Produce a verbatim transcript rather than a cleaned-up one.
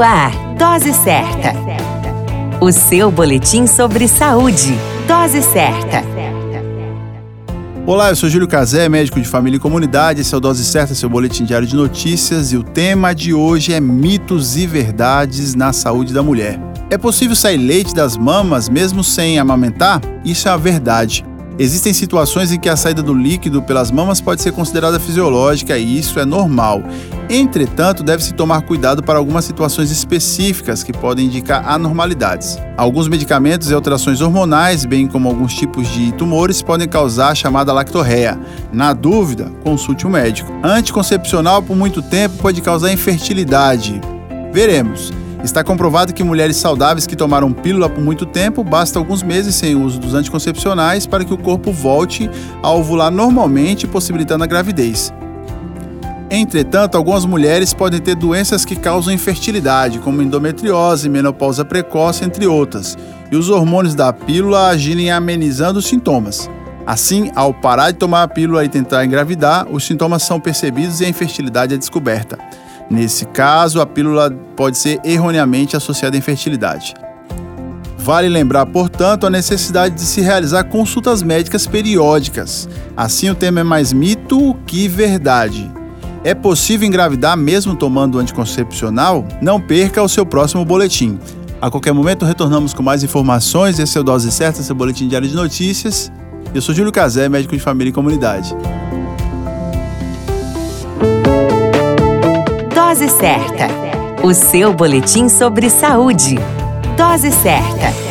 No ar, Dose Certa. O seu boletim sobre saúde. Dose Certa. Olá, eu sou Júlio Cazé, médico de família e comunidade. Esse é o Dose Certa, seu boletim diário de notícias. E o tema de hoje é mitos e verdades na saúde da mulher. É possível sair leite das mamas mesmo sem amamentar? Isso é a verdade. Existem situações em que a saída do líquido pelas mamas pode ser considerada fisiológica e isso é normal. Entretanto, deve-se tomar cuidado para algumas situações específicas que podem indicar anormalidades. Alguns medicamentos e alterações hormonais, bem como alguns tipos de tumores, podem causar a chamada lactorreia. Na dúvida, consulte um médico. Anticoncepcional por muito tempo pode causar infertilidade. Veremos. Está comprovado que mulheres saudáveis que tomaram pílula por muito tempo, basta alguns meses sem o uso dos anticoncepcionais para que o corpo volte a ovular normalmente, possibilitando a gravidez. Entretanto, algumas mulheres podem ter doenças que causam infertilidade, como endometriose, menopausa precoce, entre outras, e os hormônios da pílula agirem amenizando os sintomas. Assim, ao parar de tomar a pílula e tentar engravidar, os sintomas são percebidos e a infertilidade é descoberta. Nesse caso, a pílula pode ser erroneamente associada à infertilidade. Vale lembrar, portanto, a necessidade de se realizar consultas médicas periódicas. Assim, o tema é mais mito que verdade. É possível engravidar mesmo tomando anticoncepcional? Não perca o seu próximo boletim. A qualquer momento, retornamos com mais informações. Esse é o Dose Certa, seu boletim diário de notícias. Eu sou Júlio Cazé, médico de família e comunidade. Dose Certa. O seu boletim sobre saúde. Dose Certa.